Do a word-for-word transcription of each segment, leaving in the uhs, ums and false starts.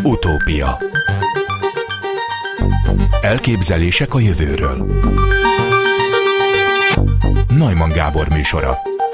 Utópia. Elképzelések a jövőről. Neumann Gábor műsora.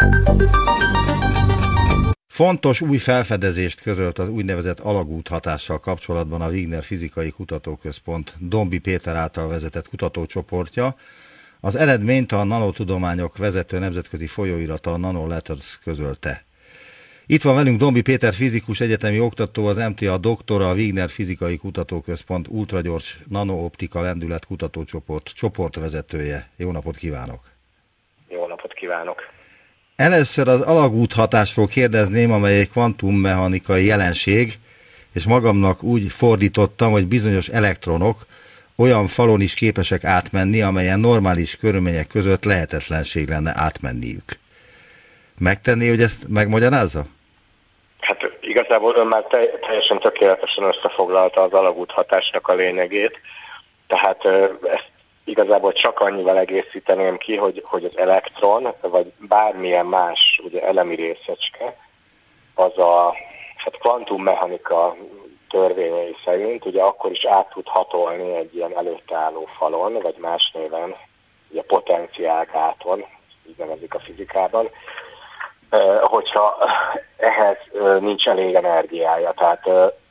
Fontos új felfedezést közölt az úgynevezett alagúthatással kapcsolatban a Wigner Fizikai Kutatóközpont Dombi Péter által vezetett kutatócsoportja. Az eredményt a nanotudományok vezető nemzetközi folyóirata, a Nanoletters közölte. Itt van velünk Dombi Péter fizikus, egyetemi oktató, az em té á doktora, a Wigner Fizikai Kutatóközpont ultragyors nanooptika lendület kutatócsoport csoportvezetője. Jó napot kívánok! Jó napot kívánok! Először az alagúthatásról kérdezném, amely egy kvantummechanikai jelenség, és magamnak úgy fordítottam, hogy bizonyos elektronok olyan falon is képesek átmenni, amelyen normális körülmények között lehetetlenség lenne átmenniük. Megtenni, hogy ezt megmagyarázza? Hát igazából ön már teljesen tökéletesen összefoglalta az alagúthatásnak a lényegét, tehát ezt igazából csak annyival egészíteném ki, hogy, hogy az elektron, vagy bármilyen más ugye, elemi részecske, az a hát kvantummechanika törvényei szerint ugye akkor is át tud hatolni egy ilyen előtte álló falon, vagy más néven ugye potenciálgáton, így nevezik a fizikában, hogyha ehhez nincs elég energiája. Tehát,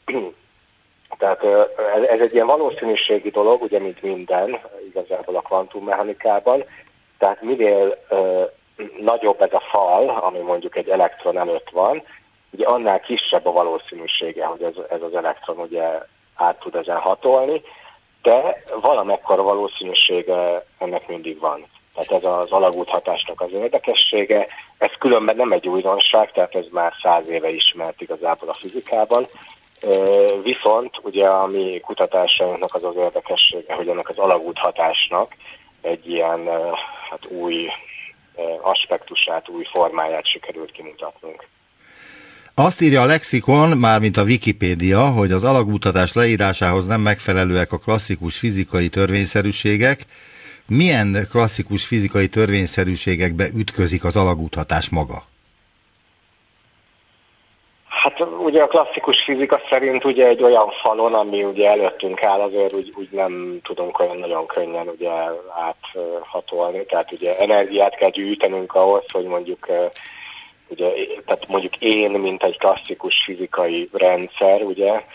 tehát ez egy ilyen valószínűségi dolog, ugye mint minden igazából a kvantummechanikában. Tehát minél nagyobb ez a fal, ami mondjuk egy elektron előtt van, ugye annál kisebb a valószínűsége, hogy ez, ez az elektron ugye át tud ezen hatolni, de valamekkora valószínűsége ennek mindig van. Tehát ez az alagúthatásnak az érdekessége, ez különben nem egy újdonság, tehát ez már száz éve ismert igazából a fizikában. Viszont ugye a mi kutatásainknak az az érdekessége, hogy ennek az alagúthatásnak egy ilyen hát új aspektusát, új formáját sikerült kimutatnunk. Azt írja a lexikon, mármint a Wikipédia, hogy az alagúthatás leírásához nem megfelelőek a klasszikus fizikai törvényszerűségek. Milyen klasszikus fizikai törvényszerűségekbe ütközik az alagúthatás maga? Hát ugye a klasszikus fizika szerint ugye egy olyan falon, ami ugye előttünk áll, azért úgy, úgy nem tudunk olyan nagyon könnyen ugye áthatolni. Tehát ugye energiát kell gyűjtenünk ahhoz, hogy mondjuk ugye, tehát mondjuk én, mint egy klasszikus fizikai rendszer, ugye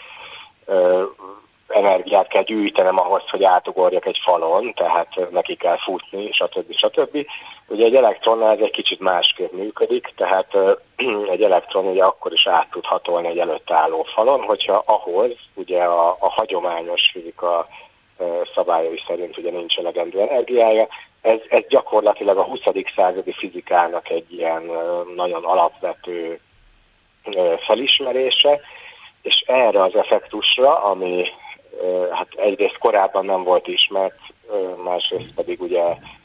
energiát kell gyűjtenem ahhoz, hogy átugorjak egy falon, tehát neki kell futni, stb. stb. Ugye egy elektronnál ez egy kicsit másképp működik, tehát egy elektron ugye akkor is át tud hatolni egy előtt álló falon, hogyha ahhoz ugye a, a hagyományos fizika szabályai szerint ugye nincs elegendő energiája. Ez, ez gyakorlatilag a huszadik századi fizikának egy ilyen nagyon alapvető felismerése, és erre az effektusra, ami hát egyrészt korábban nem volt ismert, másrészt pedig ugye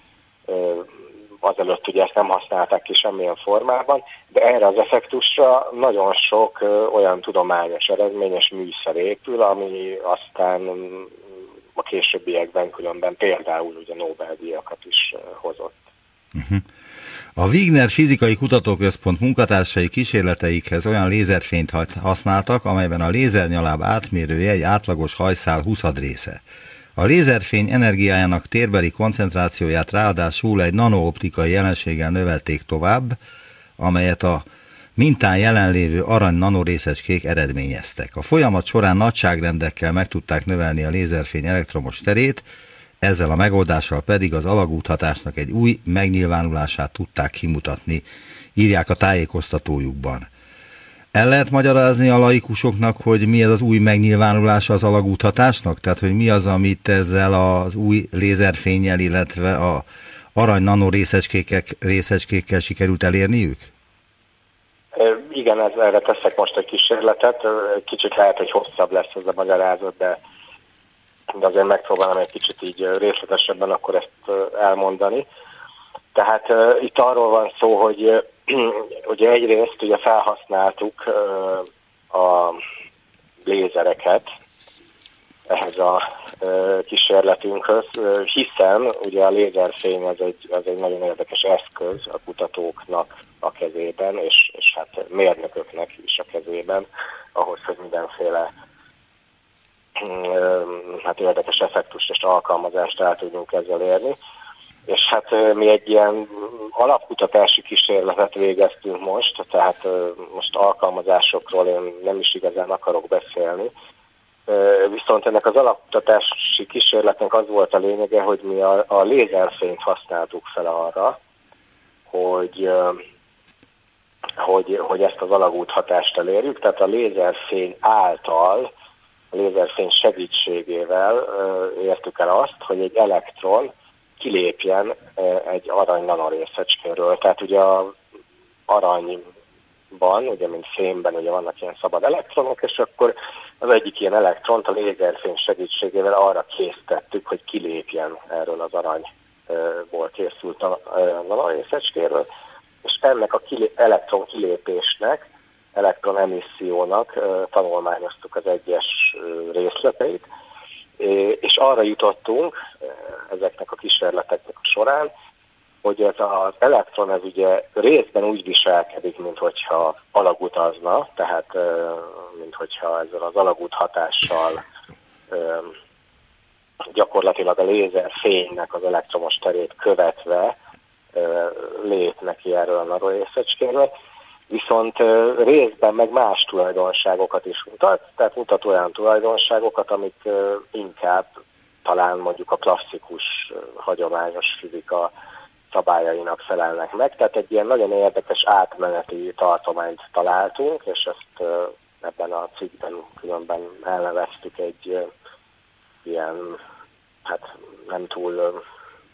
azelőtt ugye ezt nem használták ki semmilyen formában, de erre az effektusra nagyon sok olyan tudományos eredményes műszer épül, ami aztán a későbbiekben különben például ugye Nobel-díjakat is hozott. Uh-huh. A Wigner Fizikai Kutatóközpont munkatársai kísérleteikhez olyan lézerfényt használtak, amelyben a lézernyaláb átmérője egy átlagos hajszál huszadrésze. A lézerfény energiájának térbeli koncentrációját ráadásul egy nanooptikai jelenséggel növelték tovább, amelyet a mintán jelenlévő arany nanorészecskék eredményeztek. A folyamat során nagyságrendekkel meg tudták növelni a lézerfény elektromos terét, ezzel a megoldással pedig az alagúthatásnak egy új megnyilvánulását tudták kimutatni, írják a tájékoztatójukban. El lehet magyarázni a laikusoknak, hogy mi ez az új megnyilvánulása az alagúthatásnak? Tehát, hogy mi az, amit ezzel az új lézerfénnyel, illetve a arany nanorészecskékek, részecskékkel sikerült elérniük? Igen, ez, erre teszek most egy kísérletet. Kicsit lehet, hogy hosszabb lesz ez a magyarázat, de de azért megpróbálom egy kicsit így részletesebben akkor ezt elmondani. Tehát uh, itt arról van szó, hogy uh, ugye egyrészt ugye felhasználtuk uh, a lézereket ehhez a uh, kísérletünkhöz, uh, hiszen ugye a lézerfény az egy, az egy nagyon érdekes eszköz a kutatóknak a kezében, és, és hát mérnököknek is a kezében, ahhoz, hogy mindenféle hát érdekes effektust és alkalmazást el tudjunk ezzel érni. És hát mi egy ilyen alapkutatási kísérletet végeztünk most, tehát most alkalmazásokról én nem is igazán akarok beszélni, viszont ennek az alapkutatási kísérletnek az volt a lényege, hogy mi a, a lézerfényt használtuk fel arra, hogy, hogy, hogy ezt az alagút hatást elérjük, tehát a lézerfény által, a lézerfény segítségével értük el azt, hogy egy elektron kilépjen egy arany nanorészecskéről. Tehát ugye az aranyban, ugye mint fémben ugye vannak ilyen szabad elektronok, és akkor az egyik ilyen elektront a lézerfény segítségével arra késztettük, hogy kilépjen erről az aranyból készült a nanorészecskéről, és ennek a kilé- elektron kilépésnek, elektron emissziónak tanulmányoztuk az egyes részleteit, és arra jutottunk ezeknek a kísérleteknek a során, hogy ez az elektron ez ugye részben úgy viselkedik, mint hogyha alagutazna, tehát mint hogyha ezzel az alagút hatással gyakorlatilag a lézerfénynek az elektromos terét követve lép neki erről a nanorészecskéről, viszont részben meg más tulajdonságokat is mutat, tehát mutat olyan tulajdonságokat, amik inkább talán mondjuk a klasszikus, hagyományos fizika szabályainak felelnek meg. Tehát egy ilyen nagyon érdekes átmeneti tartományt találtunk, és ezt ebben a cikkben különben elneveztük egy ilyen, hát nem túl...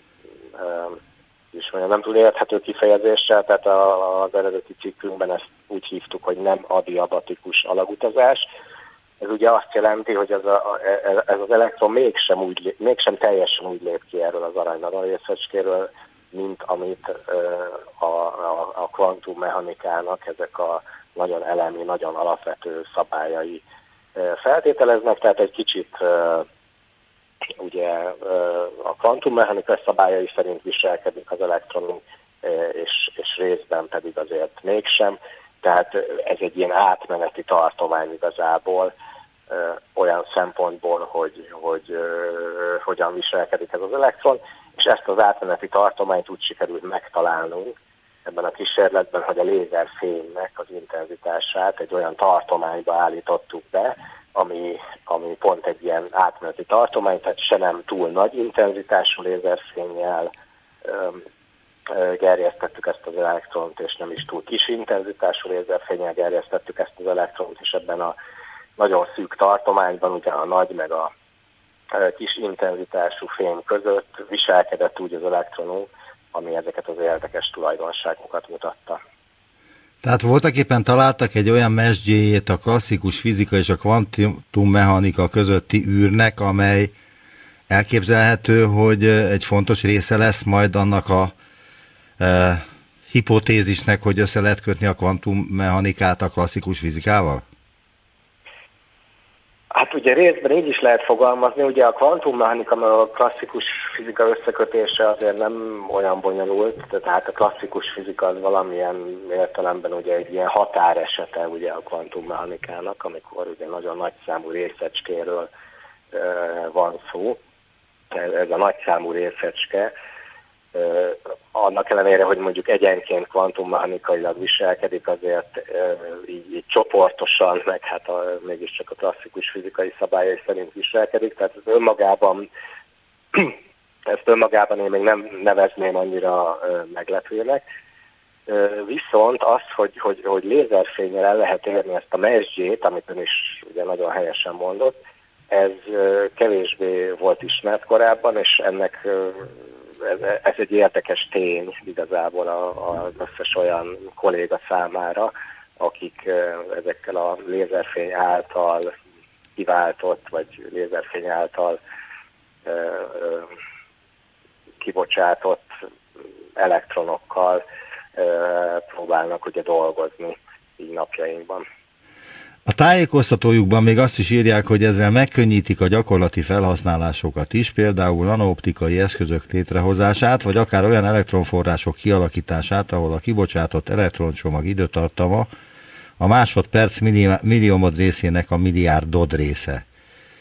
is mondjam, nem túl érthető kifejezéssel, tehát az eredeti cikkünkben ezt úgy hívtuk, hogy nem adiabatikus alagutazás. Ez ugye azt jelenti, hogy ez, a, ez az elektron mégsem, úgy, mégsem teljesen úgy lép ki erről az arany nanorészecskéről, mint amit a, a, a kvantummechanikának ezek a nagyon elemi, nagyon alapvető szabályai feltételeznek, tehát egy kicsit ugye a kvantummechanika szabályai szerint viselkedik az elektron, és, és részben pedig azért mégsem. Tehát ez egy ilyen átmeneti tartomány igazából olyan szempontból, hogy, hogy hogyan viselkedik ez az elektron, és ezt az átmeneti tartományt úgy sikerült megtalálnunk ebben a kísérletben, hogy a lézerfénynek az intenzitását egy olyan tartományba állítottuk be, Ami, ami pont egy ilyen átmeneti tartomány, tehát se nem túl nagy intenzitású lézerfénnyel gerjesztettük ezt az elektront, és nem is túl kis intenzitású lézerfénnyel gerjesztettük ezt az elektront, és ebben a nagyon szűk tartományban, ugye a nagy meg a kis intenzitású fény között viselkedett úgy az elektronunk, ami ezeket az érdekes tulajdonságokat mutatta. Tehát voltak éppen találtak egy olyan mesdjéjét a klasszikus fizika és a kvantummechanika közötti űrnek, amely elképzelhető, hogy egy fontos része lesz majd annak a e, hipotézisnek, hogy össze lehet kötni a kvantummechanikát a klasszikus fizikával? Hát ugye részben így is lehet fogalmazni, ugye a kvantummechanika, mert a klasszikus fizika összekötése azért nem olyan bonyolult, tehát a klasszikus fizika az valamilyen értelemben ugye egy ilyen határesete ugye a kvantummechanikának, amikor ugye nagyon nagyszámú részecskéről e, van szó. Ez a nagyszámú részecske, e, annak ellenére, hogy mondjuk egyenként kvantummechanikailag viselkedik, azért e, így, így csoportosan, meg hát a, mégiscsak a klasszikus fizikai szabályai szerint viselkedik, tehát ez önmagában, ezt önmagában én még nem nevezném annyira e, meglepőnek. E, viszont az, hogy, hogy, hogy lézerfénnyel el lehet érni ezt a mesdjét, amit ön is ugye nagyon helyesen mondott, ez e, kevésbé volt ismert korábban, és ennek e, Ez, ez egy érdekes tény igazából az összes olyan kolléga számára, akik ezekkel a lézerfény által kiváltott, vagy lézerfény által ö, ö, kibocsátott elektronokkal ö, próbálnak ugye dolgozni így napjainkban. A tájékoztatójukban még azt is írják, hogy ezzel megkönnyítik a gyakorlati felhasználásokat is, például nanooptikai eszközök létrehozását, vagy akár olyan elektronforrások kialakítását, ahol a kibocsátott elektroncsomag időtartama a másodperc milliómod részének a milliárdod része.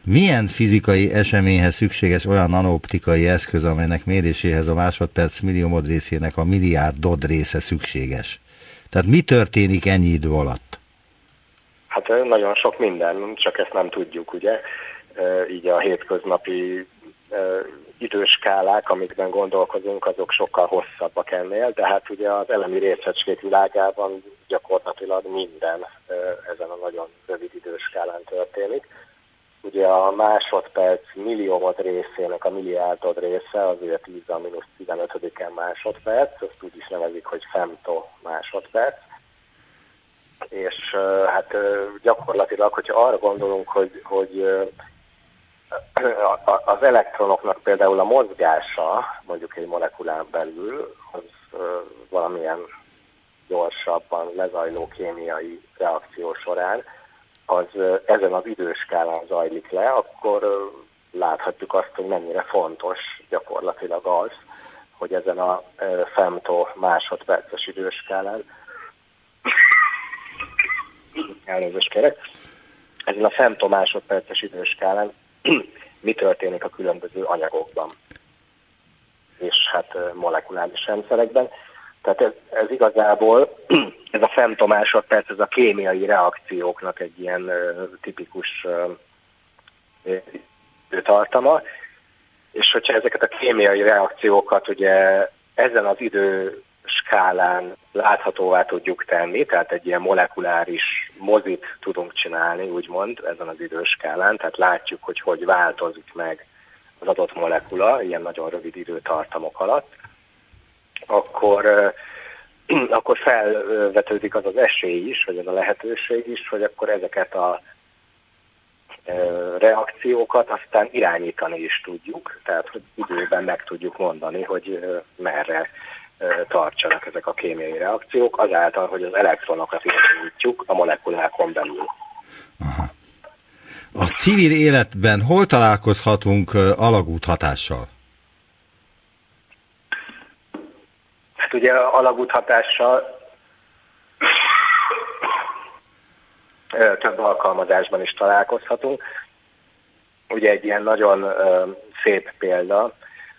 Milyen fizikai eseményhez szükséges olyan nanooptikai eszköz, amelynek méréséhez a másodperc milliómod részének a milliárdod része szükséges? Tehát mi történik ennyi idő alatt? Hát nagyon sok minden, csak ezt nem tudjuk, ugye? Így a hétköznapi időskálák, amikben gondolkozunk, azok sokkal hosszabbak ennél, de hát ugye az elemi részecskék világában gyakorlatilag minden ezen a nagyon rövid időskálán történik. Ugye a másodperc milliómod részének a milliárdod része, az ugye tíz a mínusz tizenötödiken másodperc, ezt úgy is nevezik, hogy femto másodperc. És hát gyakorlatilag, hogyha arra gondolunk, hogy, hogy az elektronoknak például a mozgása, mondjuk egy molekulán belül, az valamilyen gyorsabban lezajló kémiai reakció során, az ezen az időskálán zajlik le, akkor láthatjuk azt, hogy mennyire fontos gyakorlatilag az, hogy ezen a femto másodperces időskálán, elnézést kérek, ezen a femto másodperces időskálán mi történik a különböző anyagokban, és hát molekuláris rendszerekben. Tehát ez, ez igazából, ez a femto másodperc, ez a kémiai reakcióknak egy ilyen uh, tipikus uh, időtartama, és hogyha ezeket a kémiai reakciókat ugye ezen az időskálán láthatóvá tudjuk tenni, tehát egy ilyen molekuláris mozit tudunk csinálni, úgymond, ezen az időskálán, tehát látjuk, hogy hogy változik meg az adott molekula, ilyen nagyon rövid időtartamok alatt, akkor, akkor felvetődik az az esély is, vagy az a lehetőség is, hogy akkor ezeket a reakciókat aztán irányítani is tudjuk, tehát hogy időben meg tudjuk mondani, hogy merre tartsanak ezek a kémiai reakciók, azáltal, hogy az elektronokat irányítjuk a molekulákon belül. Aha. A civil életben hol találkozhatunk alagúthatással? Hát ugye alagúthatással több alkalmazásban is találkozhatunk. Ugye egy ilyen nagyon szép példa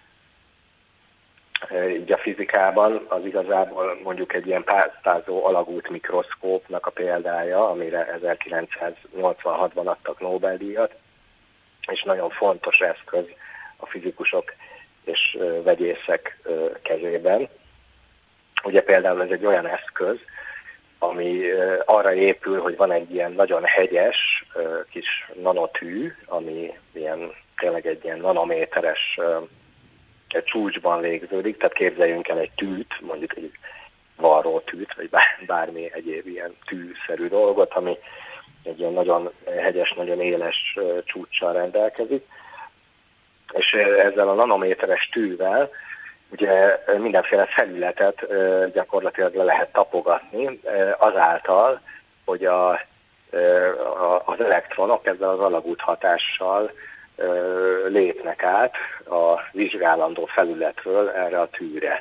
így a fizikában az igazából mondjuk egy ilyen pásztázó alagút mikroszkópnak a példája, amire ezerkilencszáznyolcvanhatban adtak Nobel-díjat, és nagyon fontos eszköz a fizikusok és vegyészek kezében. Ugye például ez egy olyan eszköz, ami arra épül, hogy van egy ilyen nagyon hegyes kis nanotű, ami ilyen, tényleg egy ilyen nanométeres egy csúcsban végződik, tehát képzeljünk el egy tűt, mondjuk egy varrótűt, vagy bármi egyéb ilyen tűszerű dolgot, ami egy ilyen nagyon hegyes, nagyon éles csúccsal rendelkezik. És ezzel a nanométeres tűvel ugye mindenféle felületet gyakorlatilag le lehet tapogatni azáltal, hogy a, a, az elektronok ezzel az alagúthatással lépnek át a vizsgálandó felületről erre a tűre.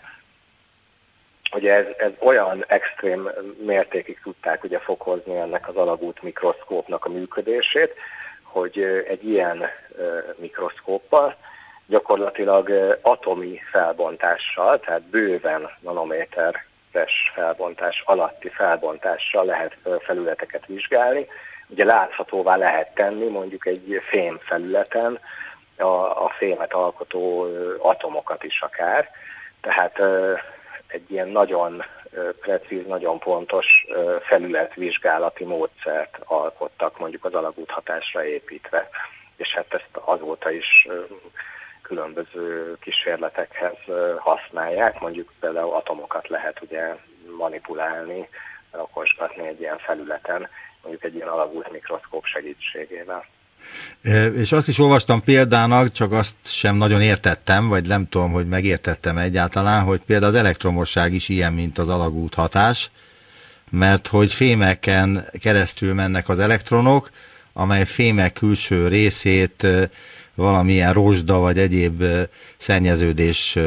Ugye ez, ez olyan extrém mértékig tudták ugye fokozni ennek az alagút mikroszkópnak a működését, hogy egy ilyen mikroszkóppal gyakorlatilag atomi felbontással, tehát bőven nanométeres felbontás alatti felbontással lehet felületeket vizsgálni. Ugye láthatóvá lehet tenni mondjuk egy fém felületen a, a fémet alkotó atomokat is akár. Tehát egy ilyen nagyon precíz, nagyon pontos felületvizsgálati módszert alkottak mondjuk az alagúthatásra építve. És hát ezt azóta is különböző kísérletekhez használják, mondjuk például atomokat lehet ugye manipulálni, rakosgatni egy ilyen felületen, mondjuk egy ilyen alagút mikroszkóp segítségével. És azt is olvastam példának, csak azt sem nagyon értettem, vagy nem tudom, hogy megértettem egyáltalán, hogy például az elektromosság is ilyen, mint az alagúthatás, mert hogy fémeken keresztül mennek az elektronok, amely fémek külső részét valamilyen rozsda vagy egyéb szennyeződés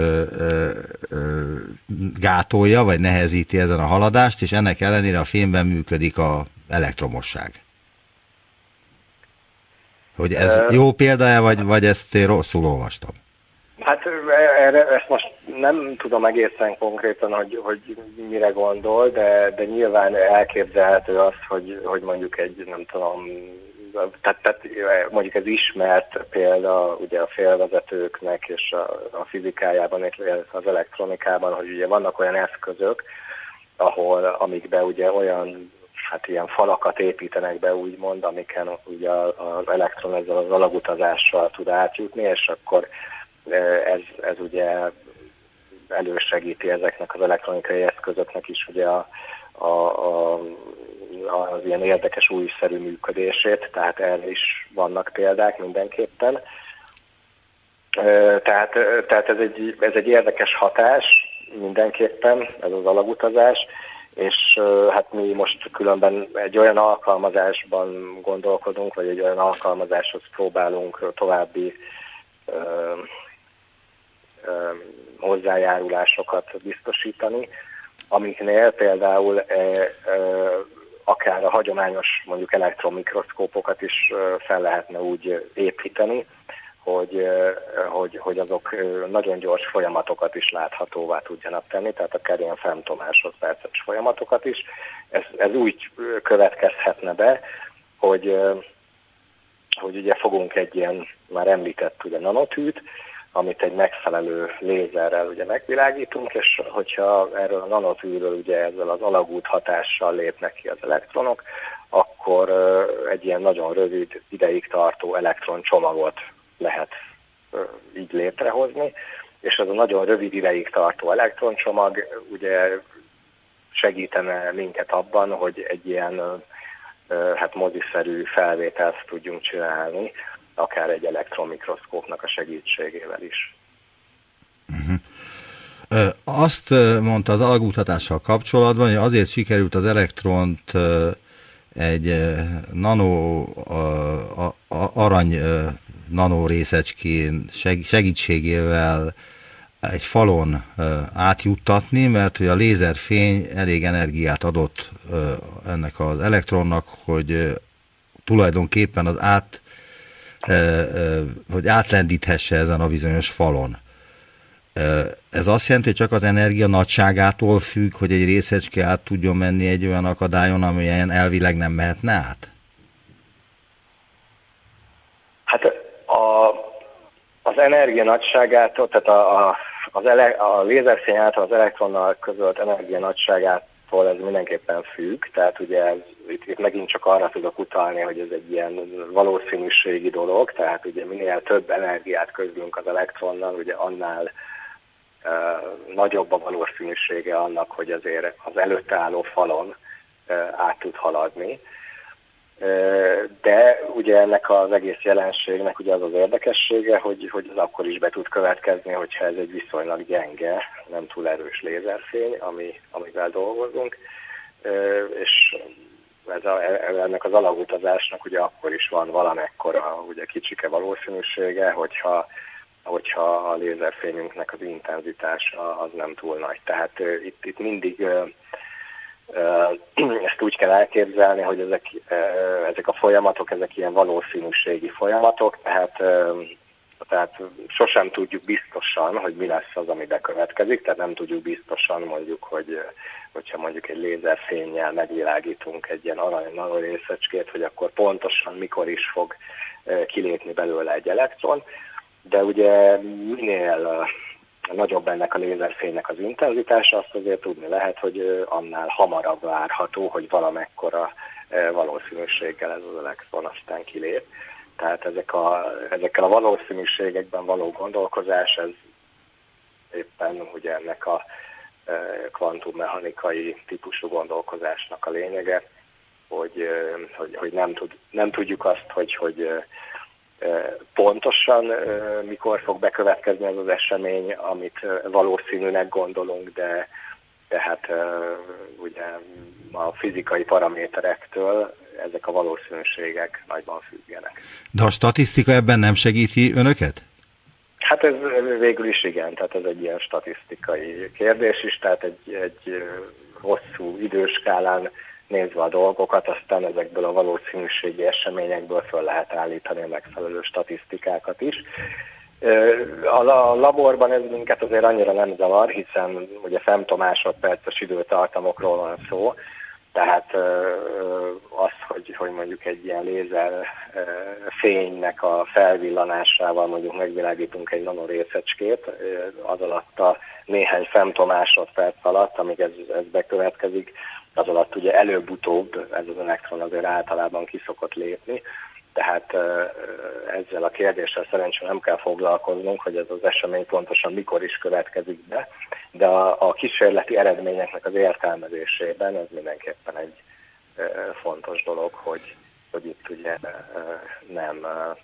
gátolja, vagy nehezíti ezen a haladást, és ennek ellenére a fémben működik az elektromosság. Hogy ez uh, jó példája, vagy, vagy ezt én rosszul olvastam? Hát erre, ezt most nem tudom egészen konkrétan, hogy, hogy mire gondol, de, de nyilván elképzelhető az, hogy, hogy mondjuk egy, nem tudom, tehát, tehát mondjuk ez ismert példa ugye a félvezetőknek és a, a fizikájában, illetve az elektronikában, hogy ugye vannak olyan eszközök, ahol, amikbe ugye olyan, hát ilyen falakat építenek be, úgymond, amiken ugye az elektron ezzel az alagutazással tud átjutni, és akkor ez, ez ugye elősegíti ezeknek az elektronikai eszközöknek is ugye a, a, a, az ilyen érdekes újszerű működését, tehát erre is vannak példák mindenképpen. Tehát, tehát ez, egy, ez egy érdekes hatás mindenképpen, ez az alagutazás, és hát mi most különben egy olyan alkalmazásban gondolkodunk, vagy egy olyan alkalmazáshoz próbálunk további ö, ö, hozzájárulásokat biztosítani, amiknél például ö, ö, akár a hagyományos mondjuk elektronmikroszkópokat is ö, fel lehetne úgy építeni, hogy, hogy, hogy azok nagyon gyors folyamatokat is láthatóvá tudjanak tenni, tehát akár ilyen femtomásodperces folyamatokat is. Ez, ez úgy következhetne be, hogy, hogy ugye fogunk egy ilyen, már említett ugye nanotűt, amit egy megfelelő lézerrel ugye megvilágítunk, és hogyha erről a nanotűről ugye ezzel az alagút hatással lépnek ki az elektronok, akkor egy ilyen nagyon rövid ideig tartó elektroncsomagot lehet így létrehozni, és ez a nagyon rövid ideig tartó elektroncsomag ugye segítene minket abban, hogy egy ilyen hát moziszerű felvételt tudjunk csinálni, akár egy elektronmikroszkópnak a segítségével is. Uh-huh. Azt mondta az alagúthatással kapcsolatban, hogy azért sikerült az elektront egy nano arany nanorészecskén segítségével egy falon átjuttatni, mert hogy a lézerfény elég energiát adott ennek az elektronnak, hogy tulajdonképpen az át, hogy átlendíthesse ezen a bizonyos falon. Ez azt jelenti, hogy csak az energia nagyságától függ, hogy egy részecske át tudjon menni egy olyan akadályon, amelyen elvileg nem mehetne át? Hát a, az energia nagyságától, tehát a, a, az ele, a lézerfény által az elektronnal közölt energia nagyságától ez mindenképpen függ, tehát ugye ez, itt, itt megint csak arra tudok utalni, hogy ez egy ilyen valószínűségi dolog, tehát ugye minél több energiát közlünk az elektronnal, ugye annál uh, nagyobb a valószínűsége annak, hogy azért az előtte álló falon uh, át tud haladni. De ugye ennek az egész jelenségnek ugye az az érdekessége, hogy, hogy az akkor is be tud következni, hogyha ez egy viszonylag gyenge, nem túl erős lézerfény, ami, amivel dolgozunk, és ez a, ennek az alagutazásnak ugye akkor is van valamekkora ugye kicsike valószínűsége, hogyha, hogyha a lézerfényünknek az intenzitása az nem túl nagy. Tehát itt, itt mindig ezt úgy kell elképzelni, hogy ezek, ezek a folyamatok, ezek ilyen valószínűségi folyamatok, tehát, tehát sosem tudjuk biztosan, hogy mi lesz az, ami bekövetkezik, tehát nem tudjuk biztosan mondjuk, hogy hogyha mondjuk egy lézerfénnyel megvilágítunk egy ilyen arany nanorészecskét, hogy akkor pontosan mikor is fog kilépni belőle egy elektron, de ugye minél nagyobb ennek a lézerfénynek az intenzitása, azt azért tudni lehet, hogy annál hamarabb várható, hogy valamekkora valószínűséggel ez az elektron aztán kilép. Tehát ezek a, ezekkel a valószínűségekben való gondolkozás, ez éppen ugye ennek a kvantummechanikai típusú gondolkozásnak a lényege, hogy, hogy, hogy nem, tud, nem tudjuk azt, hogy, hogy pontosan mikor fog bekövetkezni ez az esemény, amit valószínűnek gondolunk, de tehát ugye a fizikai paraméterektől ezek a valószínűségek nagyban függenek. De a statisztika ebben nem segíti önöket? Hát ez végül is igen, tehát ez egy ilyen statisztikai kérdés is, tehát egy, egy hosszú időskálán nézve a dolgokat, aztán ezekből a valószínűségi eseményekből föl lehet állítani a megfelelő statisztikákat is. A laborban ez minket azért annyira nem zavar, hiszen ugye femtomásodperces időtartamokról van szó, tehát az, hogy, hogy mondjuk egy ilyen lézer fénynek a felvillanásával mondjuk megvilágítunk egy nanorészecskét, az alatt a néhány femtomásodperc alatt, amíg ez, ez bekövetkezik, az alatt ugye előbb-utóbb ez az elektron azért általában ki szokott lépni, tehát ezzel a kérdéssel szerencsére nem kell foglalkoznunk, hogy ez az esemény pontosan mikor is következik be, de a, a kísérleti eredményeknek az értelmezésében ez mindenképpen egy fontos dolog, hogy, hogy itt ugye nem,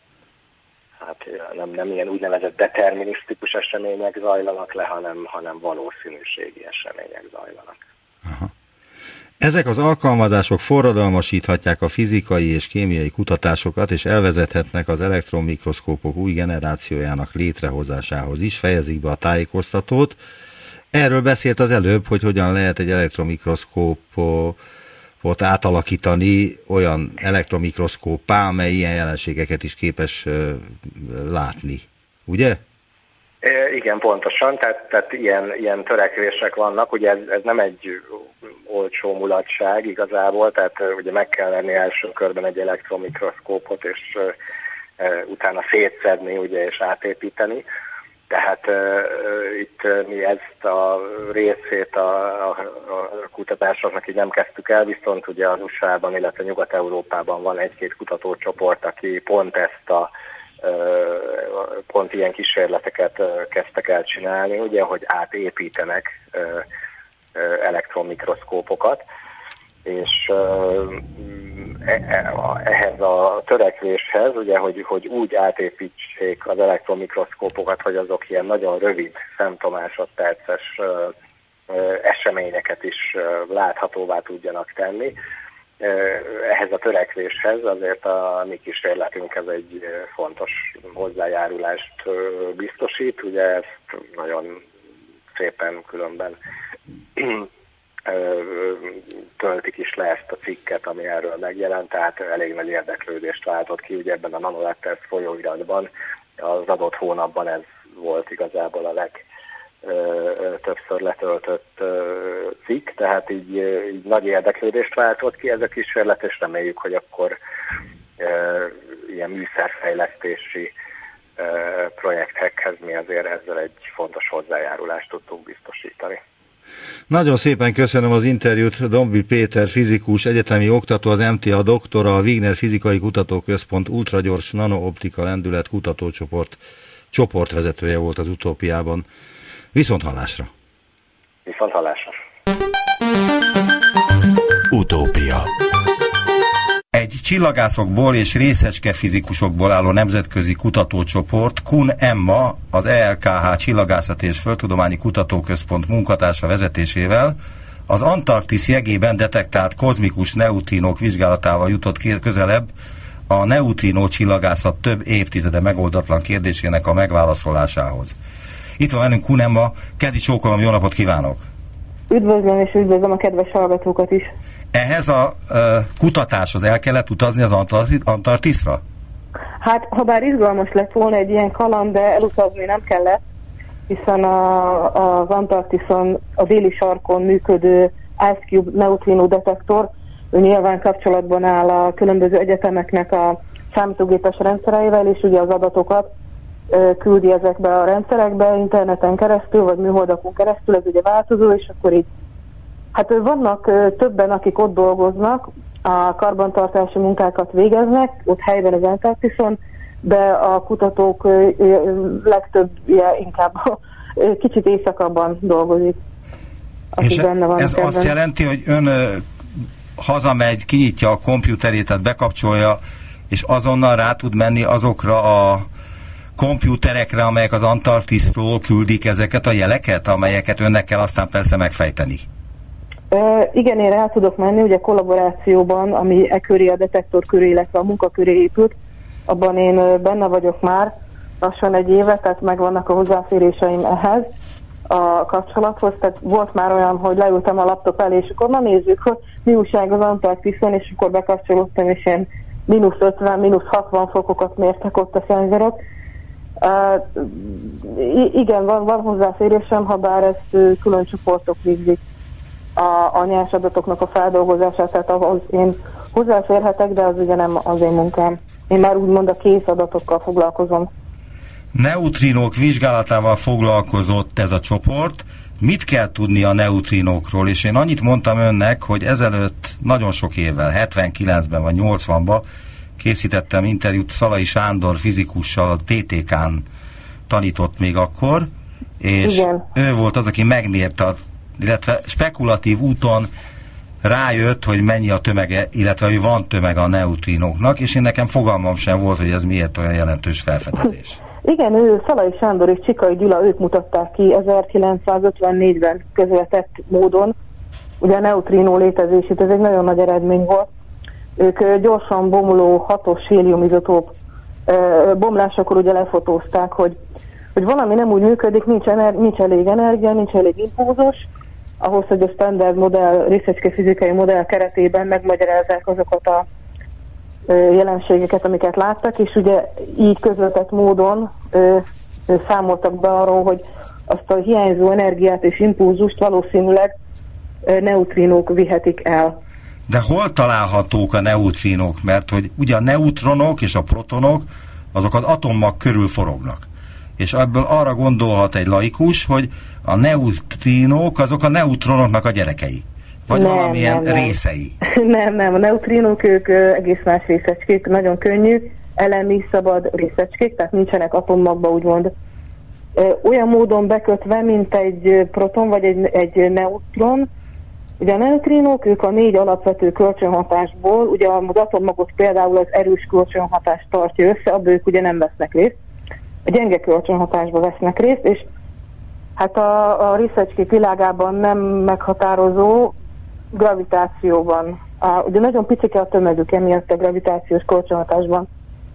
hát nem, nem ilyen úgynevezett determinisztikus események zajlanak le, hanem, hanem valószínűségi események zajlanak. Aha. Ezek az alkalmazások forradalmasíthatják a fizikai és kémiai kutatásokat, és elvezethetnek az elektronmikroszkópok új generációjának létrehozásához is, fejezik be a tájékoztatót. Erről beszélt az előbb, hogy hogyan lehet egy elektromikroszkópot átalakítani olyan elektromikroszkóppá, amely ilyen jelenségeket is képes látni. Ugye? Igen, pontosan, tehát, tehát ilyen, ilyen törekvések vannak, ugye ez, ez nem egy olcsó mulatság igazából, tehát ugye meg kell venni első körben egy elektromikroszkópot, és uh, utána szétszedni ugye, és átépíteni. Tehát uh, itt uh, mi ezt a részét a, a, a kutatásoknak így nem kezdtük el, viszont ugye az u es á-ban, illetve Nyugat-Európában van egy-két kutatócsoport, aki pont ezt a pont ilyen kísérleteket kezdtek el csinálni, ugye, hogy átépítenek elektronmikroszkópokat, és ehhez a törekvéshez, ugye, hogy, hogy úgy átépítsék az elektronmikroszkópokat, hogy azok ilyen nagyon rövid femtomásodperces eseményeket is láthatóvá tudjanak tenni. Ehhez a törekvéshez azért a mi kísérletünk ez egy fontos hozzájárulást biztosít, ugye ezt nagyon szépen különben töltik is le ezt a cikket, ami erről megjelent, tehát elég nagy érdeklődést váltott ki, ugye ebben a Nanoletters folyóiratban az adott hónapban ez volt igazából a leg többször letöltött cikk, tehát így, így nagy érdeklődést váltott ki ez a kísérlet, és reméljük, hogy akkor e, ilyen műszerfejlesztési e, projektekhez mi azért ezzel egy fontos hozzájárulást tudtunk biztosítani. Nagyon szépen köszönöm az interjút. Dombi Péter, fizikus, egyetemi oktató, az em té á doktora, a Wigner Fizikai Kutatóközpont ultragyors nanooptika lendület kutatócsoport csoportvezetője volt az Utópiában. Viszont hallásra! Viszont hallásra! Utópia. Egy csillagászokból és részecske fizikusokból álló nemzetközi kutatócsoport, Kun Emma, az e el ká há Csillagászati és Földtudományi Kutatóközpont munkatársa vezetésével az Antarktisz jegében detektált kozmikus neutrinók vizsgálatával jutott közelebb a neutrínó csillagászat több évtizede megoldatlan kérdésének a megválaszolásához. Itt van velünk Kun Emma, kedi csókolom, jó napot kívánok! Üdvözlöm és üdvözlöm a kedves hallgatókat is! Ehhez a uh, kutatáshoz el kellett utazni az Antarktiszra? Hát, ha bár izgalmas lett volna egy ilyen kaland, de elutazni nem kellett, hiszen a, az Antarktiszon, a déli sarkon működő IceCube neutrino detektor, ő nyilván kapcsolatban áll a különböző egyetemeknek a számítógépes rendszereivel, és ugye az adatokat küldi ezekbe a rendszerekbe, interneten keresztül, vagy műholdakon keresztül, ez ugye változó, és akkor így, hát vannak többen, akik ott dolgoznak, a karbantartási munkákat végeznek, ott helyben az Antarktiszon, de a kutatók legtöbbje inkább kicsit északabban dolgozik. És ez azt jelenti, hogy ön hazamegy, kinyitja a komputerét, tehát bekapcsolja, és azonnal rá tud menni azokra a komputerekre, amelyek az Antarktiszról küldik ezeket a jeleket, amelyeket önnek kell aztán persze megfejteni. E, igen, én rá tudok menni, ugye kollaborációban, ami e köré, a detektor köré, illetve a munka köré épült, abban én benne vagyok már lassan egy éve, tehát megvannak a hozzáféréseim ehhez, a kapcsolathoz, tehát volt már olyan, hogy leültem a laptop elé, és akkor na nézzük, hogy mi újság az Antarktiszon, és akkor bekapcsolódtam, és ilyen mínusz ötven, mínusz hatvan fokokat mértek ott a szenzorok. Uh, igen, van, van hozzáférésem, ha bár ezt uh, külön csoportok végzik a, a nyers adatoknak a feldolgozását, tehát ahhoz én hozzáférhetek, de az ugye nem az én munkám. Én már úgymond a kész adatokkal foglalkozom. Neutrinók vizsgálatával foglalkozott ez a csoport. Mit kell tudni a neutrinókról? És én annyit mondtam önnek, hogy ezelőtt nagyon sok évvel, hetvenkilencben vagy nyolcvanban készítettem interjút Szalai Sándor fizikussal, a té té ká-n tanított még akkor, és igen, ő volt az, aki megmérte, illetve spekulatív úton rájött, hogy mennyi a tömege, illetve hogy van tömege a neutrinóknak, és én nekem fogalmam sem volt, hogy ez miért olyan jelentős felfedezés. Igen, ő, Szalai Sándor és Csikai Gyula, ők mutatták ki ezerkilencszázötvennégyben közvetett módon ugye a neutrinó létezését, ez egy nagyon nagy eredmény volt. Ők gyorsan bomló hatos héliumizotóp bomlásakor ugye lefotózták, hogy, hogy valami nem úgy működik, nincs, ener, nincs elég energia, nincs elég impulzus, ahhoz, hogy a standard modell, részecske fizikai modell keretében megmagyarázzák azokat a jelenségeket, amiket láttak, és ugye így közvetett módon ö, ö, számoltak be arról, hogy azt a hiányzó energiát és impulzust valószínűleg ö, neutrinók vihetik el. De hol találhatók a neutrinók? Mert hogy ugye a neutronok és a protonok azok az atommag körül forognak. És ebből arra gondolhat egy laikus, hogy a neutrinók azok a neutronoknak a gyerekei. Vagy nem, valamilyen nem, nem. részei. Nem, nem, a neutrinók ők egész más részecskék, nagyon könnyű, elemi, szabad részecskék, tehát nincsenek atommagba, úgymond. Olyan módon bekötve, mint egy proton vagy egy, egy neutron. Ugye a neutrinók, ők a négy alapvető kölcsönhatásból, ugye az atommagot például az erős kölcsönhatás tartja össze, abból ők ugye nem vesznek részt. A gyenge kölcsönhatásban vesznek részt, és hát a, a részecskék világában nem meghatározó gravitációban. A, ugye nagyon picike a tömegük, emiatt a gravitációs kölcsönhatásban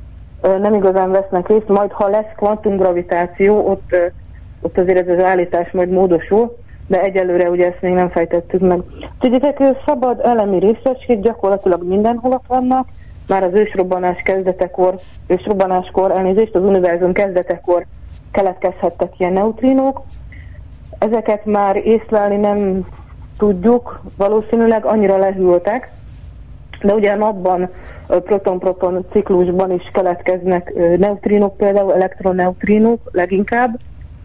nem igazán vesznek részt, majd ha lesz kvantumgravitáció, ott, ott azért ez az állítás majd módosul, de egyelőre ugye ezt még nem fejtettük meg. Úgyhogy ezek szabad elemi részecskék gyakorlatilag mindenhol ott vannak, már az ősrobbanás kezdetekor, ősrobbanáskor, elnézést, az univerzum kezdetekor keletkezhettek ilyen neutrinók. Ezeket már észlelni nem tudjuk, valószínűleg annyira lehűltek, de ugye a napban proton-proton ciklusban is keletkeznek neutrinók, például elektroneutrinók leginkább.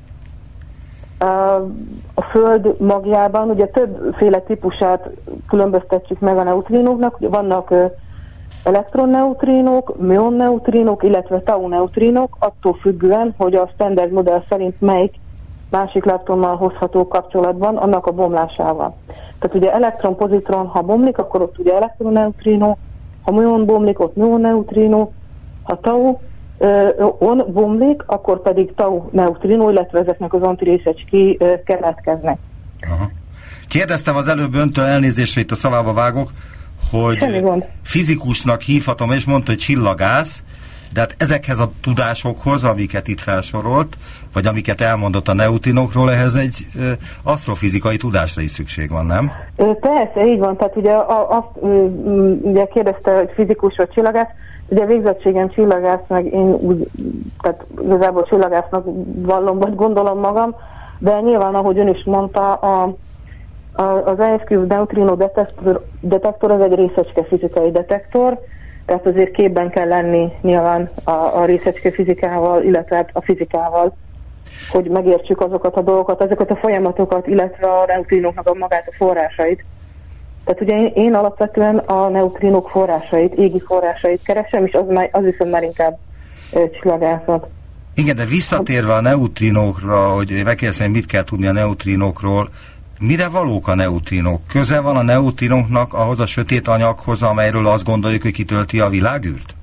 A Föld magjában ugye többféle típusát különböztetjük meg a neutrinóknak, ugye vannak elektroneutrinók, mionneutrinók, illetve tau-neutrinók, attól függően, hogy a standard modell szerint melyik másik leptonnal hozható kapcsolatban, annak a bomlásával. Tehát ugye elektron-pozitron, ha bomlik, akkor ott ugye elektroneutrino, ha muon bomlik, ott muonneutrino, ha tau on bomlik, akkor pedig tau-neutrino, illetve ezeknek az antirészecskéi keletkeznek. Aha. Kérdeztem az előbb öntől, elnézésre itt a szavába vágok, hogy fizikusnak hívhatom, és mondta, hogy csillagász, de hát ezekhez a tudásokhoz, amiket itt felsorolt, vagy amiket elmondott a neutrinokról, ehhez egy e, asztrofizikai tudásra is szükség van, nem? Persze, így van. Tehát ugye azt ugye kérdezte, hogy fizikus vagy csillagász, ugye végzettségem csillagász, meg én úgy, tehát igazából csillagásznak vallom, vagy gondolom magam, de nyilván, ahogy ön is mondta, a az á es Q neutrino detektor, detektor az egy részecske fizikai detektor, tehát azért képben kell lenni nyilván a, a részecske fizikával, illetve a fizikával, hogy megértsük azokat a dolgokat, azokat a folyamatokat, illetve a neutrinóknak a magát a forrásait. Tehát ugye én, én alapvetően a neutrinók forrásait, égi forrásait keresem, és az, már, az viszont már inkább e, csillagászat. Igen, de visszatérve a neutrinókra, hogy megkérdezem, mit kell tudni a neutrinókról, mire valók a neutrinók? Köze van a neutrinóknak ahhoz a sötét anyaghoz, amelyről azt gondoljuk, hogy kitölti a világűrt?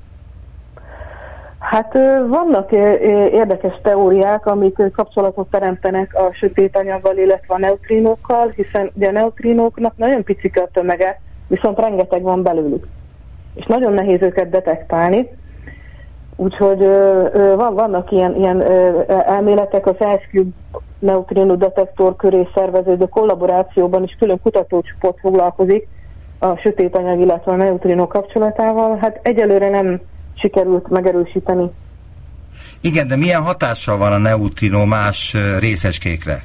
Hát vannak érdekes teóriák, amik kapcsolatot teremtenek a sötét anyaggal, illetve a neutrinókkal, hiszen ugye a neutrinóknak nagyon picike a tömege, viszont rengeteg van belőlük. És nagyon nehéz őket detektálni. Úgyhogy vannak ilyen, ilyen elméletek, az á es Q neutrino detektor köré szerveződő kollaborációban is külön kutatócsoport foglalkozik a sötét anyag, illetve a neutrino kapcsolatával. Hát egyelőre nem sikerült megerősíteni. Igen, de milyen hatással van a neutrino más részecskékre?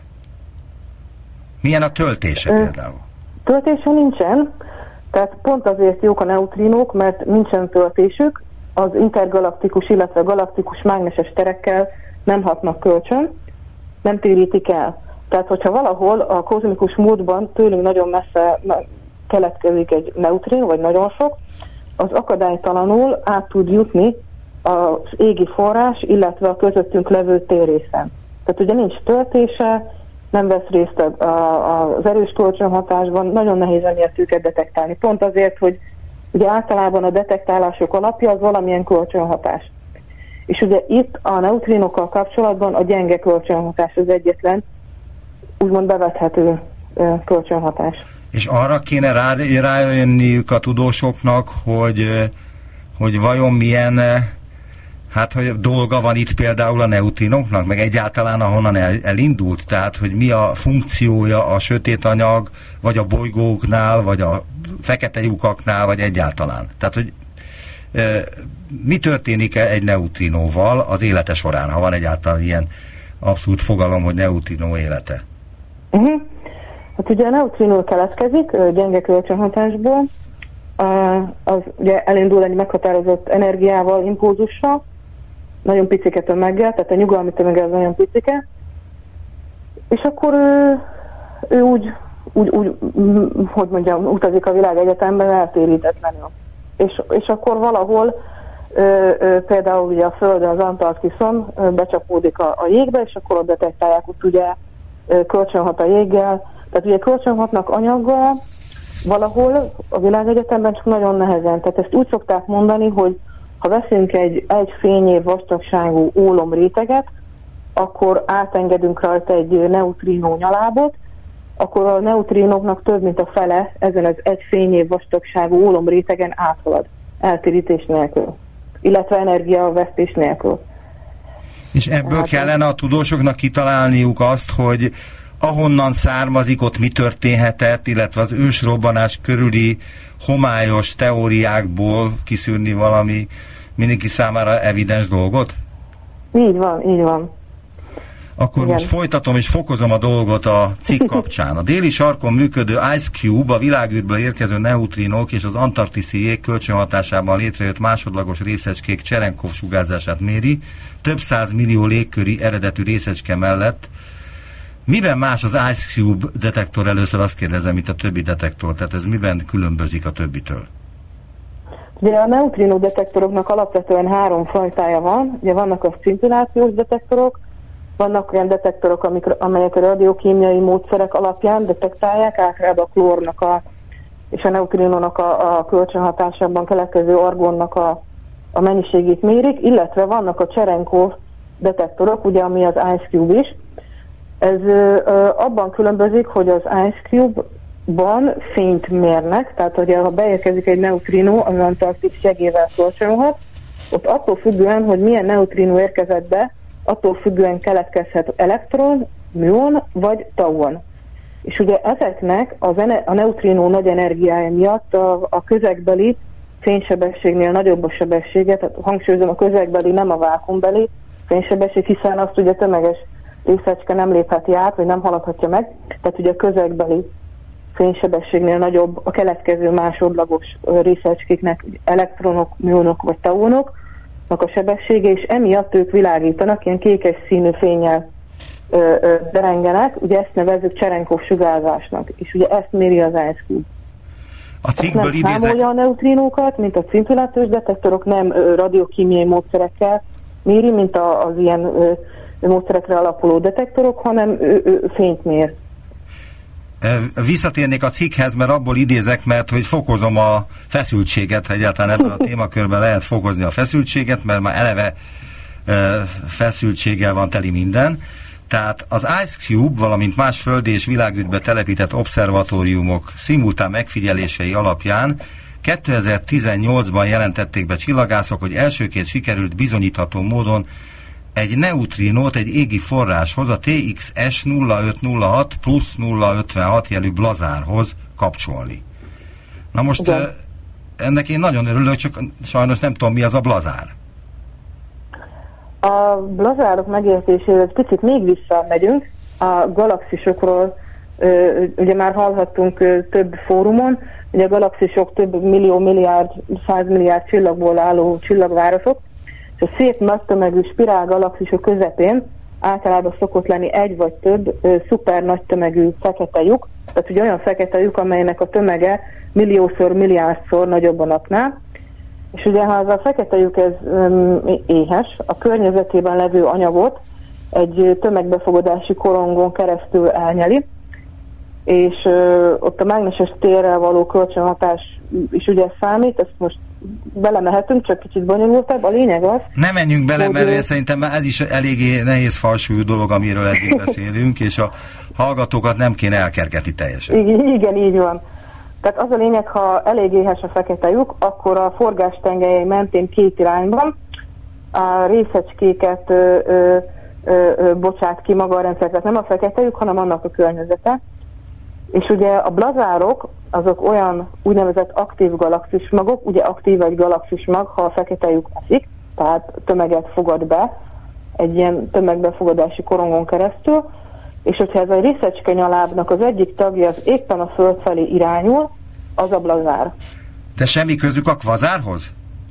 Milyen a töltése Ö, például? Töltése nincsen, tehát pont azért jók a neutrinók, mert nincsen töltésük, az intergalaktikus, illetve galaktikus mágneses terekkel nem hatnak kölcsön, nem térítik el. Tehát, hogyha valahol a kozmikus módban tőlünk nagyon messze keletkezik egy neutrino, vagy nagyon sok, az akadálytalanul át tud jutni az égi forrás, illetve a közöttünk levő térrészen. Tehát ugye nincs töltése, nem vesz részt a, a, az erős kölcsönhatásban, nagyon nehéz emiatt őket detektálni. Pont azért, hogy ugye általában a detektálások alapja az valamilyen kölcsönhatás. És ugye itt a neutrinokkal kapcsolatban a gyenge kölcsönhatás az egyetlen, úgymond bevethető kölcsönhatás. És arra kéne rá, rájönniük a tudósoknak, hogy, hogy vajon milyen hát, hogy dolga van itt például a neutrinoknak, meg egyáltalán ahonnan el, elindult, tehát hogy mi a funkciója a sötét anyag, vagy a bolygóknál, vagy a fekete lyukaknál, vagy egyáltalán. Tehát, hogy e, mi történik egy neutrinóval az élete során, ha van egyáltalán ilyen abszolút fogalom, hogy neutrinó élete? Uh-huh. Hát ugye a neutrinó keletkezik gyenge kölcsönhatásból, az ugye elindul egy meghatározott energiával, impulzussal, nagyon picike tömeggel, tehát a nyugalmi tömege az nagyon picike, és akkor ő, ő úgy, úgy, úgy, hogy mondjam, utazik a világegyetemben eltérítetlenül. És, és akkor valahol ö, ö, például ugye a Földön, az Antarktiszon ö, becsapódik a, a jégbe, és akkor ott detektálják, ott ugye ö, kölcsönhat a jéggel, tehát ugye kölcsönhatnak anyaggal valahol a világegyetemben, csak nagyon nehezen. Tehát ezt úgy szokták mondani, hogy ha veszünk egy, egy fényév vastagságú ólom réteget, akkor átengedünk rajta egy neutrino nyalábot, akkor a neutrinoknak több mint a fele ezen az egy fényév vastagságú ólom rétegen áthalad, eltérítés nélkül, illetve energiavesztés nélkül. És ebből hát, kellene a tudósoknak kitalálniuk azt, hogy ahonnan származik, ott mi történhetett, illetve az ősrobbanás körüli homályos teóriákból kiszűrni valami mindenki számára evidens dolgot? Így van, így van. Akkor igen. Most folytatom és fokozom a dolgot a cikk kapcsán. A déli sarkon működő Ice Cube a világűrből érkező neutrinok és az antarktiszi jég kölcsönhatásában létrejött másodlagos részecskék Cherenkov sugárzását méri, több száz millió légköri eredetű részecske mellett. Miben más az Ice Cube detektor? Először azt kérdezem, mint a többi detektor, tehát ez miben különbözik a többitől? Ugye a neutrino detektoroknak alapvetően három fajtája van. Ugye vannak a scintillációs detektorok, vannak olyan detektorok, amik, amelyek a radiokémiai módszerek alapján detektálják, általában a klórnak a, és a neutrinónak a, a kölcsönhatásában keletkező argonnak a, a mennyiségét mérik, illetve vannak a Cherenkov detektorok, ugye ami az Ice Cube is. Ez ö, ö, abban különbözik, hogy az Ice Cube-ban fényt mérnek, tehát hogy ha beérkezik egy neutrino, az Antarktisz segével kölcsönhat, ott attól függően, hogy milyen neutrino érkezett be, attól függően keletkezhet elektron, műon vagy tauon. És ugye ezeknek az ene- a neutrino nagy energiája miatt a, a közegbeli fénysebességnél nagyobb a sebessége, tehát hangsúlyozom, a közegbeli, nem a vákuumbeli fénysebesség, hiszen azt ugye tömeges részecske nem lépheti át, vagy nem haladhatja meg, tehát ugye a közegbeli fénysebességnél nagyobb a keletkező másodlagos részecskéknek elektronok, műonok vagy tauonok, a sebessége, és emiatt ők világítanak, ilyen kékes színű fénnyel ö, ö, derengenek, ugye ezt nevezzük Cherenkov sugárzásnak, és ugye ezt méri az Ice Cube. A cikkből nem idézek... számolja a neutrinókat, mint a scintillációs detektorok, nem ö, radiokémiai módszerekkel méri, mint a, az ilyen ö, módszerekre alapuló detektorok, hanem ö, ö, fényt mér. Visszatérnék a cikkhez, mert abból idézek, mert hogy fokozom a feszültséget, ha egyáltalán ebben a témakörben lehet fokozni a feszültséget, mert már eleve feszültséggel van teli minden. Tehát az Ice Cube, valamint más földi és világűrbe telepített obszervatóriumok szimultán megfigyelései alapján kétezer-tizennyolcban jelentették be csillagászok, hogy elsőként sikerült bizonyítható módon egy neutrinót egy égi forráshoz, a T X S nulla öt nulla hat plusz nulla ötvenhat jelű blazárhoz kapcsolni. Na most igen. Ennek én nagyon örülök, csak sajnos nem tudom, mi az a blazár. A blazárok megértéséhez picit még visszamegyünk. A galaxisokról ugye már hallhattunk több fórumon, ugye a galaxisok több millió, milliárd, százmilliárd csillagból álló csillagvárosok, és a szép nagy tömegű spirál galaxisok közepén általában szokott lenni egy vagy több ö, szuper nagy tömegű fekete lyuk, tehát ugye olyan fekete lyuk, amelynek a tömege milliószor, milliárdszor nagyobb a napnál, és ugye ha ez a fekete lyuk ez um, éhes, a környezetében levő anyagot egy tömegbefogadási korongon keresztül elnyeli, és ö, ott a mágneses térrel való kölcsönhatás is ugye számít, ezt most belemehetünk, csak kicsit bonyolultabb. A lényeg az... Nem menjünk bele, mert ő... szerintem ez is eléggé nehéz falsúlyú dolog, amiről eddig beszélünk, és a hallgatókat nem kéne elkergetni teljesen. Igen, igen, így van. Tehát az a lényeg, ha elég éhes a fekete lyuk, akkor a forgástengelyei mentén két irányban a részecskéket ö, ö, ö, ö, bocsát ki maga a rendszer, tehát nem a fekete lyuk, hanem annak a környezete. És ugye a blazárok azok olyan úgynevezett aktív galaxismagok, ugye aktív egy galaxismag, ha a fekete lyuk eszik, tehát tömeget fogad be egy ilyen tömegbefogadási korongon keresztül, és hogyha ez a részecske nyalábnak az egyik tagja az éppen a Föld felé irányul, az a blazár. De semmi közük a kvazárhoz?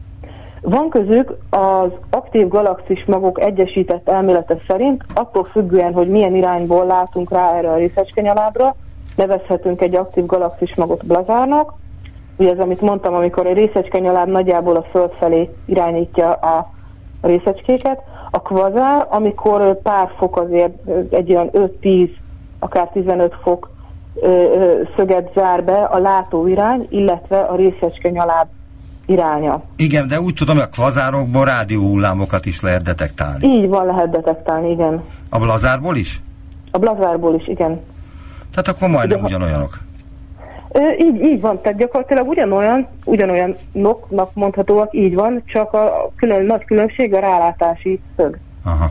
Van közük az aktív galaxismagok egyesített elmélete szerint, attól függően, hogy milyen irányból látunk rá erre a részecske nyalábra, nevezhetünk egy aktív galaxismagot blazárnak. Ugye ez, amit mondtam, amikor egy részecskenyaláb nagyjából a Föld felé irányítja a részecskéket. A kvazár, amikor pár fok azért, egy olyan öt-tíz, akár tizenöt fok ö, ö, szöget zár be a látóirány, illetve a részecskenyaláb iránya. Igen, de úgy tudom, hogy a kvazárokból rádióhullámokat is lehet detektálni. Így van, lehet detektálni, igen. A blazárból is? A blazárból is, igen. Tehát akkor majdnem de, ugyanolyanok. Ö, így, így van, tehát gyakorlatilag ugyanolyan, ugyanolyanoknak mondhatóak, így van, csak a külön, nagy különbség a rálátási szög. Aha.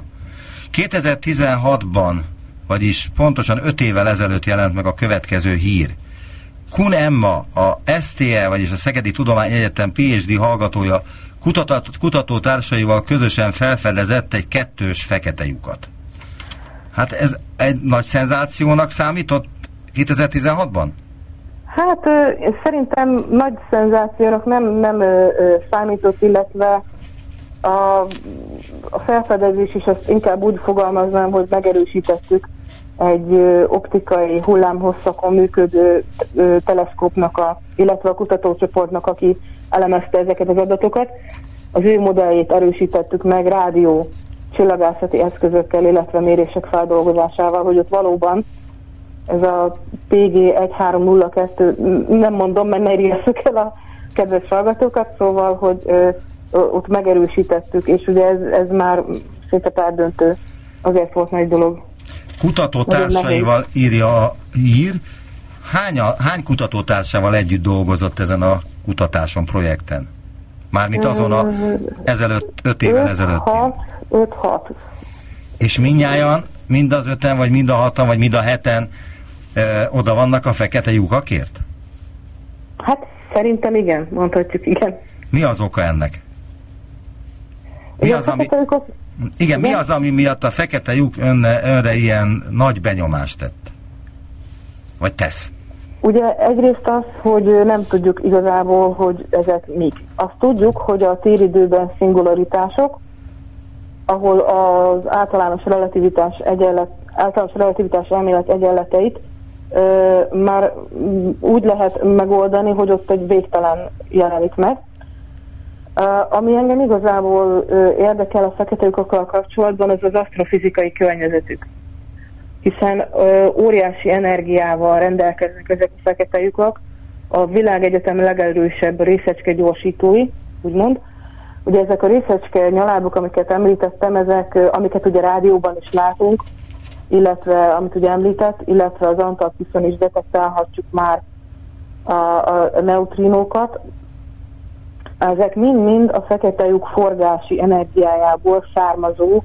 kétezer-tizenhatban, vagyis pontosan öt évvel ezelőtt jelent meg a következő hír. Kun Emma, a es té e, vagyis a Szegedi Tudományegyetem pé há dé hallgatója kutató, kutatótársaival közösen felfedezett egy kettős fekete lyukat. Hát ez egy nagy szenzációnak számított kétezer-tizenhatban? Hát ö, szerintem nagy szenzációnak nem, nem ö, ö, számított, illetve a, a felfedezés is azt inkább úgy fogalmaznám, hogy megerősítettük egy ö, optikai hullámhosszakon működő ö, teleszkópnak, a, illetve a kutatócsoportnak, aki elemezte ezeket az adatokat. Az ő modelljét erősítettük meg rádió csillagászati eszközökkel, illetve mérések feldolgozásával, hogy ott valóban ez a pé gé tizenhárom nulla kettő, nem mondom, mert ne írjasszuk el a kedves hallgatókat, szóval, hogy ö, ö, ott megerősítettük, és ugye ez, ez már szinte perdöntő, azért volt nagy dolog. Kutatótársaival írja a hír. Hány, hány kutatótársával együtt dolgozott ezen a kutatáson, projekten? Mármint azon a ezelőtt, öt évvel ezelőtt. öt-hat. És mindnyájan, mind az öten, vagy mind a hatan, vagy mind a heten ö, oda vannak a fekete lyukakért? Hát szerintem igen, mondhatjuk, igen. Mi az oka ennek? Mi az, ami, igen, mi az, ami miatt a fekete lyuk önne, önre ilyen nagy benyomást tett? Vagy tesz? Ugye egyrészt az, hogy nem tudjuk igazából, hogy ezek mik. Azt tudjuk, hogy a téridőben szingularitások, ahol az általános relativitás, egyenlet, általános relativitás elmélet egyenleteit ö, már úgy lehet megoldani, hogy ott egy végtelen jelenik meg. Uh, ami engem igazából uh, érdekel a fekete lyukakkal kapcsolatban, az az asztrofizikai környezetük. Hiszen uh, óriási energiával rendelkeznek ezek a fekete lyukak, a világegyetem legerősebb részecske gyorsítói, úgymond. Ugye ezek a részecske nyalábok, amiket említettem, ezek, uh, amiket ugye rádióban is látunk, illetve amit ugye említett, illetve az Antarktiszon is detektálhatjuk már a, a, a neutrinókat. Ezek mind-mind a fekete lyuk forgási energiájából származó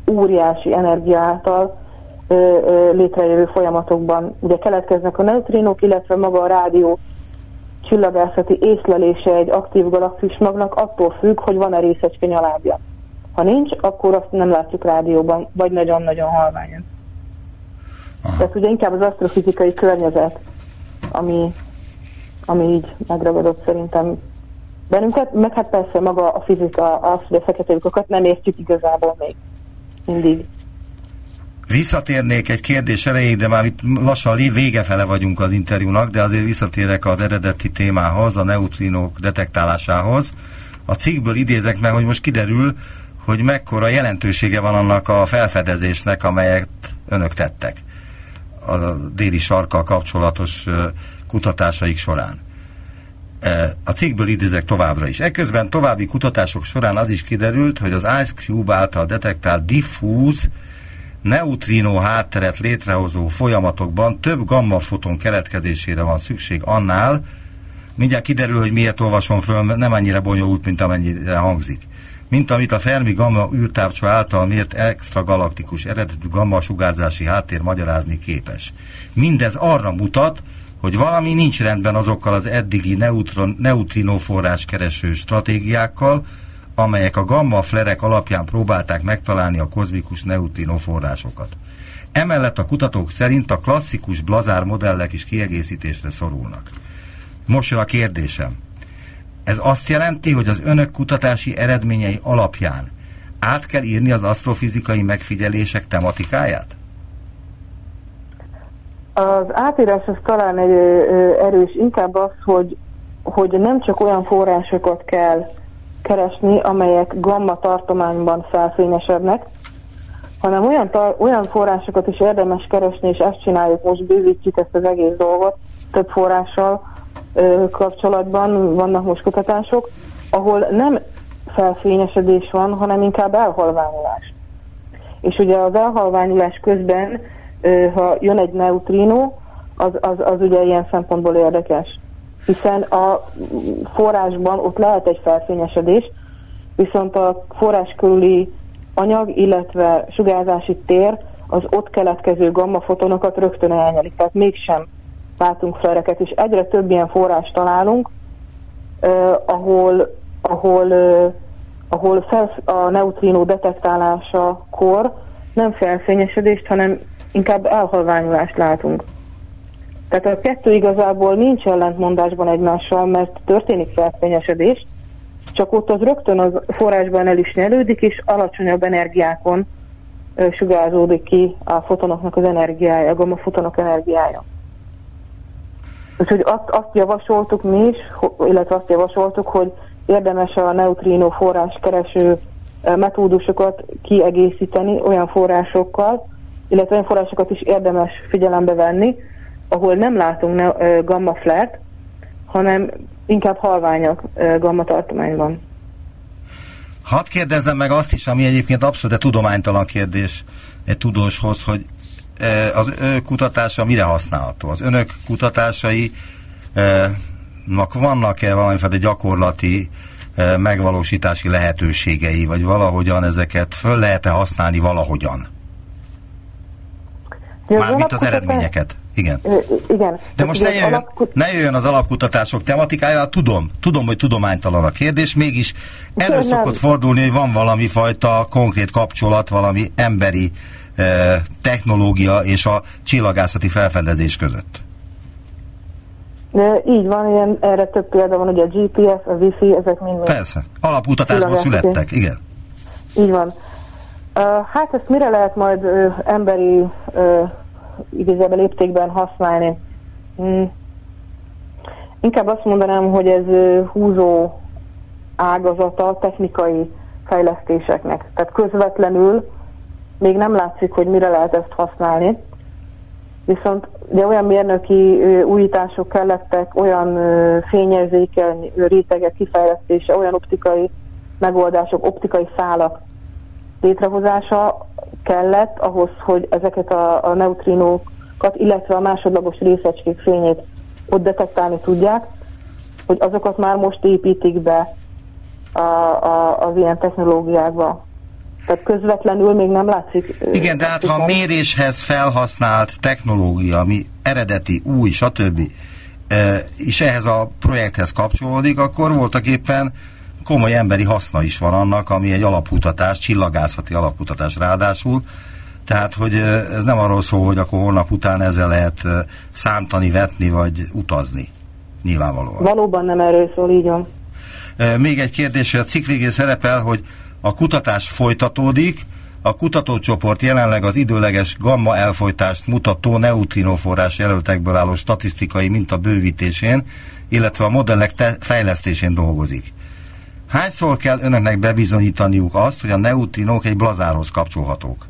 óriási energia által ö, ö, létrejövő folyamatokban ugye keletkeznek a neutrinók, illetve maga a rádió csillagászati észlelése egy aktív galaxis magnak attól függ, hogy van-e részecske nyalábja. Ha nincs, akkor azt nem látjuk rádióban, vagy nagyon-nagyon halványan. Aha. Tehát ugye inkább az asztrofizikai környezet, ami, ami így megragadott szerintem bennünket, meg hát persze maga a fizika, az, hogy a fekete lyukakat nem értjük igazából még mindig. Visszatérnék egy kérdés erejéig, de már itt lassan vége fele vagyunk az interjúnak, de azért visszatérek az eredeti témához, a neutrinók detektálásához. A cikkből idézek meg, hogy most kiderül, hogy mekkora jelentősége van annak a felfedezésnek, amelyet önök tettek a déli sarkkal kapcsolatos kutatásaik során. A cikkből idézek továbbra is. Ekközben további kutatások során az is kiderült, hogy az IceCube által detektált diffúz neutrino hátteret létrehozó folyamatokban több gammafoton keletkezésére van szükség annál, mindjárt kiderül, hogy miért olvasom föl, nem annyira bonyolult, mint amennyire hangzik, mint amit a Fermi gamma űrtávcsa által mért extragalaktikus eredetű gamma sugárzási háttér magyarázni képes. Mindez arra mutat, hogy valami nincs rendben azokkal az eddigi neutron, neutrino forrás kereső stratégiákkal, amelyek a gamma flerek alapján próbálták megtalálni a kozmikus neutrino forrásokat. Emellett a kutatók szerint a klasszikus blazár modellek is kiegészítésre szorulnak. Most jön a kérdésem. Ez azt jelenti, hogy az önök kutatási eredményei alapján át kell írni az asztrofizikai megfigyelések tematikáját? Az átírás az talán egy ö, erős, inkább az, hogy, hogy nem csak olyan forrásokat kell keresni, amelyek gamma tartományban felfényesednek, hanem olyan, tar- olyan forrásokat is érdemes keresni, és ezt csináljuk, most bővítjük ezt az egész dolgot, több forrással ö, kapcsolatban vannak most kutatások, ahol nem felfényesedés van, hanem inkább elhalványulás. És ugye az elhalványulás közben, ö, ha jön egy neutrino, az, az, az ugye ilyen szempontból érdekes. Hiszen a forrásban ott lehet egy felfényesedés, viszont a forrás körüli anyag, illetve sugárzási tér az ott keletkező gammafotonokat rögtön elnyelik, tehát mégsem látunk flereket, és egyre több ilyen forrást találunk, eh, ahol, ahol, eh, ahol fel, a neutrino detektálásakor nem felfényesedést, hanem inkább elhalványulást látunk. Tehát a kettő igazából nincs ellentmondásban egymással, mert történik felfényesedés, csak ott az rögtön az forrásban el is nyelődik, és alacsonyabb energiákon ö, sugárzódik ki a fotonoknak az energiája, a gammafotonok energiája. Úgyhogy azt, azt javasoltuk mi is, illetve azt javasoltuk, hogy érdemes a neutrino forrás kereső metódusokat kiegészíteni olyan forrásokkal, illetve olyan forrásokat is érdemes figyelembe venni, ahol nem látunk ne, gamma flare-t, hanem inkább halványak gamma tartományban. Hadd kérdezzem meg azt is, ami egyébként abszolút tudománytalan kérdés egy tudóshoz, hogy az ő kutatása mire használható? Az önök kutatásainak vannak-e valamiféle gyakorlati megvalósítási lehetőségei, vagy valahogyan ezeket föl lehet-e használni valahogyan? Mármint az eredményeket. Igen. Igen. De most ne jöjjön, alapkut... ne jöjjön az alapkutatások tematikája, tudom, tudom, hogy tudománytalan a kérdés, mégis elő szokott fordulni, hogy van valami fajta konkrét kapcsolat, valami emberi eh, technológia és a csillagászati felfedezés között. De így van, ilyen, erre több példa van, ugye a gé pé es, a Wi-Fi, ezek mind. Persze, alapkutatásból születtek, igen. Így van. Uh, hát ezt mire lehet majd uh, emberi uh, igazából léptékben használni? Hmm. Inkább azt mondanám, hogy ez uh, húzó ágazata technikai fejlesztéseknek. Tehát közvetlenül még nem látszik, hogy mire lehet ezt használni. Viszont ugye olyan mérnöki uh, újítások kellettek, olyan uh, fényérzékeny rétegek kifejlesztése, olyan optikai megoldások, optikai szálak létrehozása kellett ahhoz, hogy ezeket a, a neutrinókat, illetve a másodlagos részecskék fényét ott detektálni tudják, hogy azokat már most építik be a, a, az ilyen technológiákba. Tehát közvetlenül még nem látszik. Igen, de hát ha a méréshez felhasznált technológia, ami eredeti, új, stb. És ehhez a projekthez kapcsolódik, akkor voltak éppen komoly emberi haszna is van annak, ami egy alapkutatás, csillagászati alapkutatás ráadásul. Tehát, hogy ez nem arról szól, hogy akkor holnap után ezzel lehet szántani, vetni, vagy utazni. Nyilvánvalóan. Valóban nem erről szól, így van. Még egy kérdés, hogy a cikk végén szerepel, hogy a kutatás folytatódik, a kutatócsoport jelenleg az időleges gamma elfojtást mutató neutrinóforrás jelöltekből álló statisztikai minta bővítésén, illetve a modellek te- fejlesztésén dolgozik. Hányszor kell önöknek bebizonyítaniuk azt, hogy a neutrinók egy blazárhoz kapcsolhatók?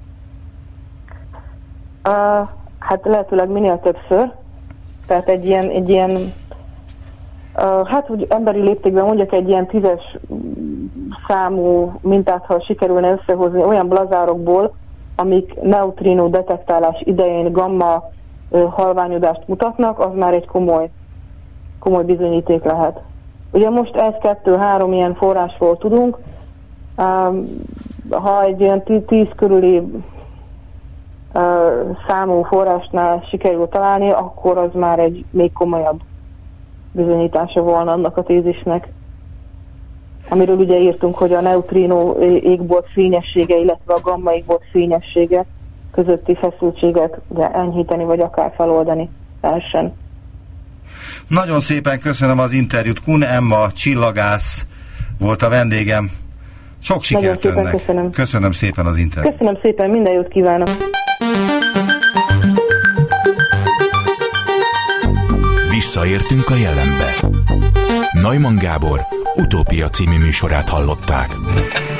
Uh, hát lehetőleg minél többször. Tehát egy ilyen, egy ilyen uh, hát úgy emberi léptékben mondjak egy ilyen tízes számú mintát, ha sikerülne összehozni olyan blazárokból, amik neutrino detektálás idején gamma uh, halványodást mutatnak, az már egy komoly, komoly bizonyíték lehet. Ugye most ez kettő-három ilyen forrásról tudunk, um, ha egy ilyen tíz körüli Uh, számú forrásnál sikerül találni, akkor az már egy még komolyabb bizonyítása volna annak a tézisnek. Amiről ugye írtunk, hogy a neutrino égbolt fényessége, illetve a gamma égbolt fényessége közötti feszültséget ugye enyhíteni, vagy akár feloldani lehessen. Nagyon szépen köszönöm az interjút. Kun Emma csillagász volt a vendégem. Sok sikert önnek. Köszönöm. Köszönöm szépen az interjút. Köszönöm szépen, minden jót kívánok. Visszaértünk a jelenbe. Neumann Gábor Utópia című műsorát hallották.